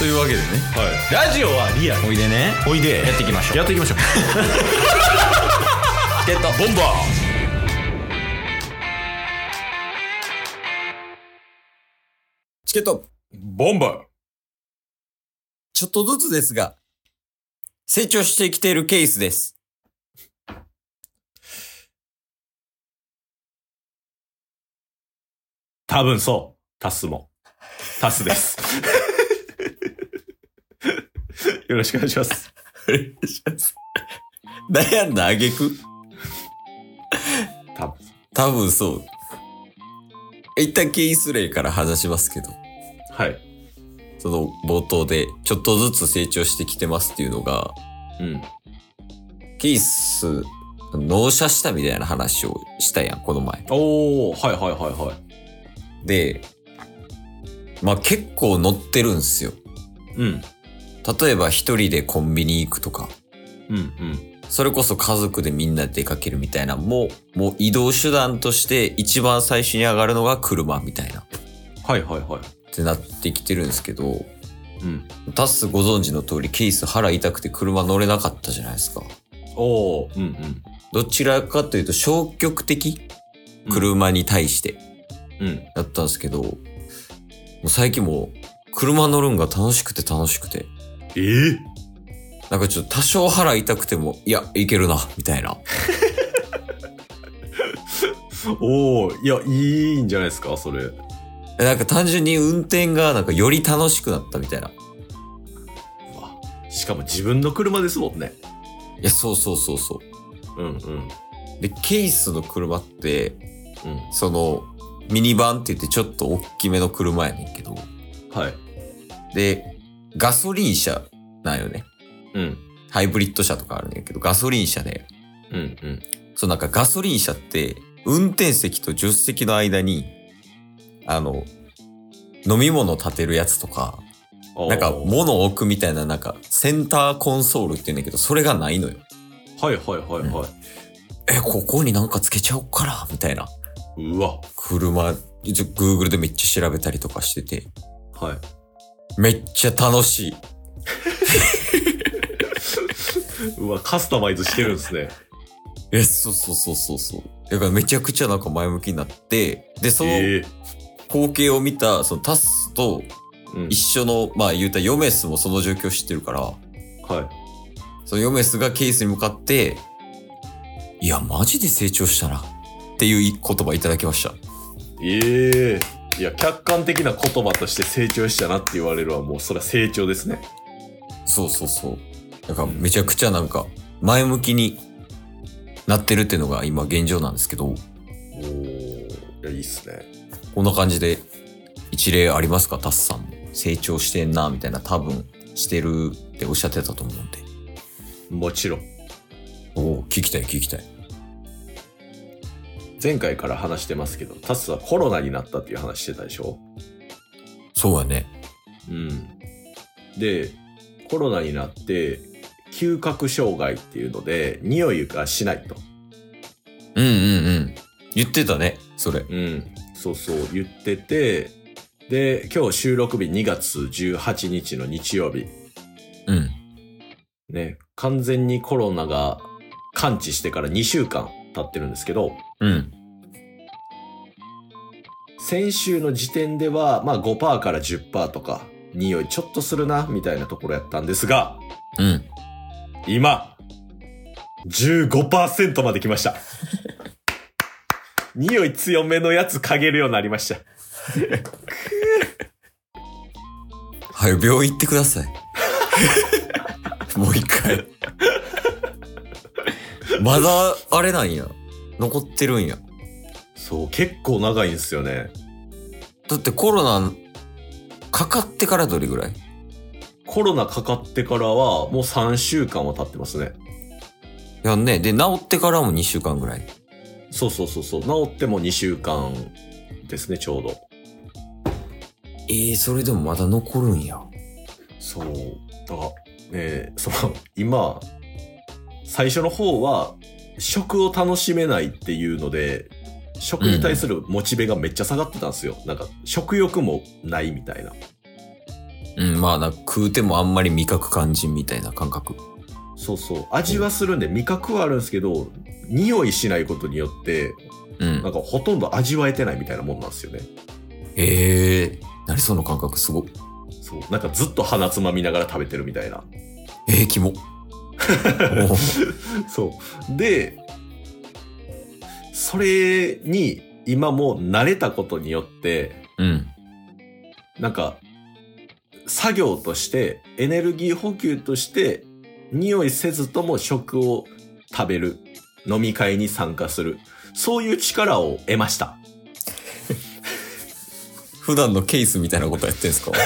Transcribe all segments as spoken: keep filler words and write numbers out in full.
というわけでね、 はい、ラジオはリアル。 おいでね、 おいでやっていきましょう。 やっていきましょう。 チケットボンバー。チケットボンバー。 ちょっとずつですが成長してきているケースです。 多分そう。タスもタスです。よろしくお願いします。 お願いします。悩んだあげく多分多分そう。一旦ケース例から話しますけど、 はい。 その冒頭でちょっとずつ成長してきてますっていうのが、 うん。 ケース納車したみたいな話をしたやん、この前。 おー、はいはいはいはい。 で、まあ結構乗ってるんすよ。 うん。 例えば一人でコンビニ行くとか、 うんうん。 それこそ家族でみんなで出かけるみたいな、もう、もう移動手段として一番最初に上がるのが車みたいな。 はいはいはい。 ってなってきてるんですけど、 うん。 タスご存知の通りケース腹痛くて車乗れなかったじゃないですか。 おー、うんうん。 どちらかというと消極的、車に対してうんだったんですけど、もう最近もう車乗るんが楽しくて楽しくて。 えー、 なんかちょっと多少腹痛くても、いや、いけるな、みたいな。 おー、いや、いいんじゃないですか、それ。 なんか単純に運転がなんかより楽しくなったみたいな。 うわ、しかも自分の車ですもんね。 いや、そうそうそうそう。 うんうん。 で、ケースの車って、 うん。 その、ミニバンって言ってちょっと大きめの車やねんけど、 はい。 で、ガソリン車なんよね。 うん。 ハイブリッド車とかあるんやけど、ガソリン車で、 うんうん。 そうなんかガソリン車って、運転席と助手席の間に、あの、飲み物立てるやつとか、なんか物を置くみたいな、なんかセンターコンソールって言うんだけど、それがないのよ。 はいはいはいはい。うん、 え、ここになんかつけちゃおうかなみたいな。 うわ。 車、一応 Google でめっちゃ調べたりとかしてて。 はい。 めっちゃ楽しい。 うわ、カスタマイズしてるんですね。 え、そうそうそうそうそう。だからめちゃくちゃなんか前向きになって、で、その光景を見た、そのタスと一緒の、うん、まあ言うたらヨメスもその状況知ってるから、はい。そのヨメスがケースに向かって、いや、マジで成長したな。っていう言葉いただきました。 ええー。いや、客観的な言葉として成長したなって言われるはもうそれは成長ですね。 そうそうそう。だからめちゃくちゃなんか前向きになってるっていうのが今現状なんですけど。おー、いや、いいっすね。 こんな感じで一例ありますか？タスさんも成長してんなみたいな、多分してるっておっしゃってたと思うんで。 もちろん。 おー、聞きたい聞きたい。 前回から話してますけど、タスはコロナになったっていう話してたでしょ？ そうやね。 うん。で、コロナになって、嗅覚障害っていうので、匂いがしないと。 うんうんうん。言ってたね、それ。 うん。そうそう、言ってて、で、今日収録日にがつじゅうはちにちの日曜日。 うん。 ね、完全にコロナが完治してからにしゅうかん経ってるんですけど、 うん。 先週の時点では、まあ ごパーセント から じゅっパーセント とか、匂いちょっとするな、みたいなところやったんですが、 うん。 今、じゅうごパーセント まで来ました。匂い強めのやつ嗅げるようになりました。 はい、病院行ってください。もう一回。まだ、あれなんや。残ってるんや。 そう、結構長いんですよね。 だってコロナ、かかってからどれぐらい？ コロナかかってからは、もうさんしゅうかんは経ってますね。 いやね、で、治ってからもにしゅうかんぐらい。 そうそうそうそう、治ってもにしゅうかんですね、ちょうど。 えー、それでもまだ残るんや。 そう、だからね、その、今、最初の方は、食を楽しめないっていうので、食に対するモチベがめっちゃ下がってたんですよ。うん、なんか、食欲もないみたいな。 うん、まあな、食うてもあんまり味覚感じんみたいな感覚。 そうそう。味はするんで、味覚はあるんですけど、匂いしないことによって、うん、なんかほとんど味わえてないみたいなもんなんですよね。 へえー、何その感覚すごい。 そう。なんかずっと鼻つまみながら食べてるみたいな。 えー、キモ。 そう。で、それに今も慣れたことによって、 うん。 なんか、作業として、エネルギー補給として、匂いせずとも食を食べる。飲み会に参加する。そういう力を得ました。 普段のケースみたいなことやってんすか？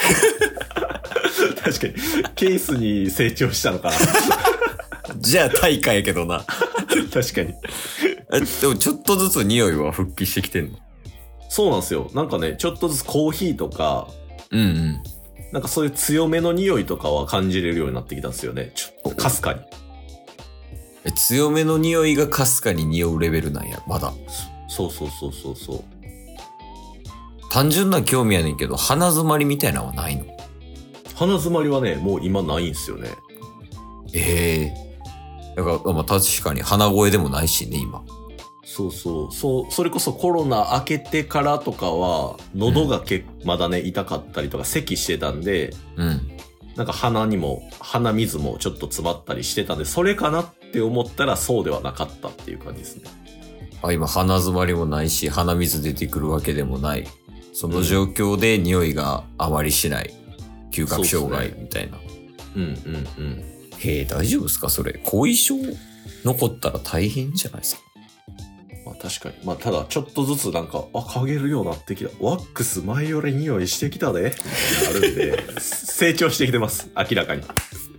確かに。ケースに成長したのかな。 じゃあ大会やけどな。 確かに。 え、でもちょっとずつ匂いは復帰してきてんの？ そうなんですよ。なんかね、ちょっとずつコーヒーとか、 うんうん。 なんかそういう強めの匂いとかは感じれるようになってきたんですよね。ちょっとかすかに。 え、強めの匂いがかすかに匂うレベルなんや、まだ。 そうそうそうそうそう。 単純な興味やねんけど、鼻詰まりみたいなのはないの？ 鼻詰まりはね、もう今ないんすよね。 ええー。だから、まあ確かに鼻声でもないしね、今。 そうそう。そう、それこそコロナ明けてからとかは、喉がけ、うん、まだね、痛かったりとか、咳してたんで、 うん。 なんか鼻にも、鼻水もちょっと詰まったりしてたんで、それかなって思ったらそうではなかったっていう感じですね。 あ、今鼻詰まりもないし、鼻水出てくるわけでもない。その状況で匂いがあまりしない。嗅覚障害みたいな。 うん、うん、うん。 へえ、大丈夫ですかそれ。後遺症残ったら大変じゃないですか。 まあ確かに。まあただちょっとずつなんか、あ、嗅げるようになってきた。ワックス前より匂いしてきたで。みたいなあるんで、成長してきてます。明らかに。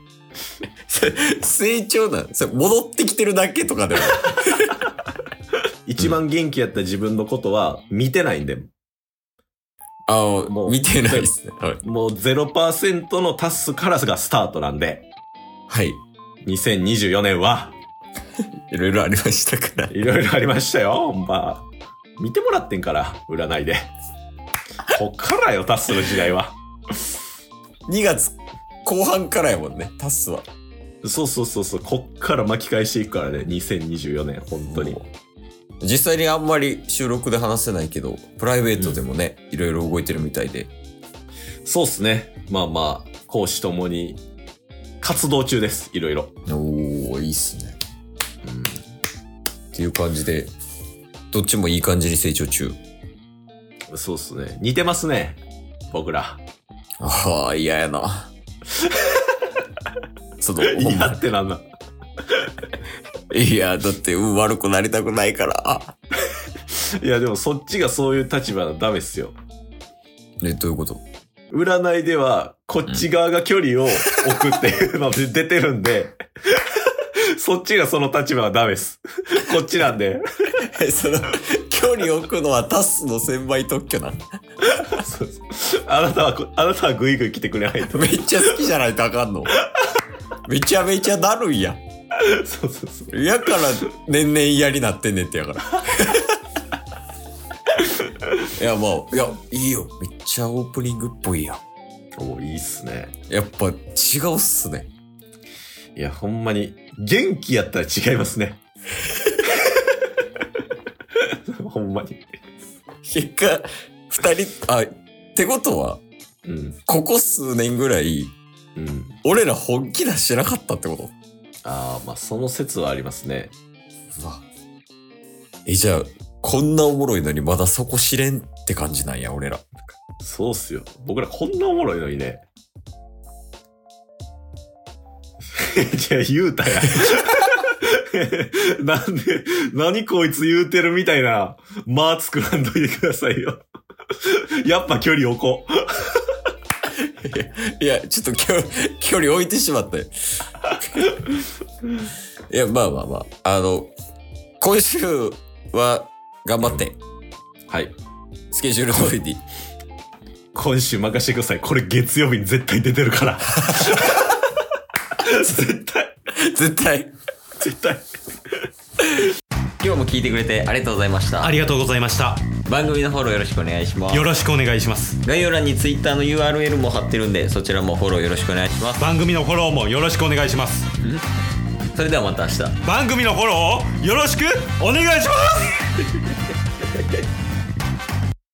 成長なんそれ戻ってきてるだけとかでも。 一番元気やった自分のことは見てないんで。 ああ、もう見てないですね。はい、 もう ゼロパーセント のタスからがスタートなんで。 はい。 にせんにじゅうよねんは。 いろいろありましたから。 いろいろありましたよ。まあ、見てもらってんから、占いで。こっからよ、タスの時代は。 にがつこう半からやもんね、タスは。 そうそうそうそう、こっから巻き返していくからね、にせんにじゅうよねん、本当に。 実際にあんまり収録で話せないけど、プライベートでもね、いろいろ動いてるみたいで。 そうっすね。まあまあ、講師ともに活動中です、いろいろ。 おー、いいっすね。うん。っていう感じで、どっちもいい感じに成長中。 そうっすね。似てますね、僕ら。 ああ、嫌やな。その、 いやってなんだ。 いや、だって、うん、悪くなりたくないから。 いや、でもそっちがそういう立場はダメっすよ。 え、どういうこと？ 占いでは、こっち側が距離を置くっていうので出てるんで、うん、そっちがその立場はダメっす。こっちなんで。 その、距離を置くのはタスの専売特許なの。 そうそう。あなたは、あなたはグイグイ来てくれないと。 めっちゃ好きじゃないとあかんの。めちゃめちゃだるいやん。 そうそうそう。 やから年々嫌になってんねんってやから。いやまあ、いや、いいよ。めっちゃオープニングっぽいやん。 お、いいっすね。 やっぱ違うっすね。 いや、ほんまに、元気やったら違いますね。ほんまに。 結果、二人、あ、ってことは、 うん、 ここ数年ぐらい、 うん、 俺ら本気出してなかったってこと？ ああ、まあその説はありますね。 うわ。え、じゃあ、こんなおもろいのにまだそこ知れんって感じなんや、俺ら。 そうっすよ。僕らこんなおもろいのにね。じゃあ言うたや。なんで、何こいつ言うてるみたいな、間作らんといてくださいよ。やっぱ距離置こう。 いや、ちょっと距離、距離置いてしまったよ。いや、まあまあまあ。あの、今週は頑張って。 うん、はい。 スケジュール通りに。 今週任せてください。これ月曜日に絶対出てるから。絶対。 絶対。 絶対。 今日も聞いてくれてありがとうございました。 ありがとうございました。 番組のフォローよろしくお願いします。 よろしくお願いします。 概要欄に Twitter の ユーアールエル も貼ってるんで、そちらもフォローよろしくお願いします。 番組のフォローもよろしくお願いします。 それではまた明日。 番組のフォローをよろしくお願いします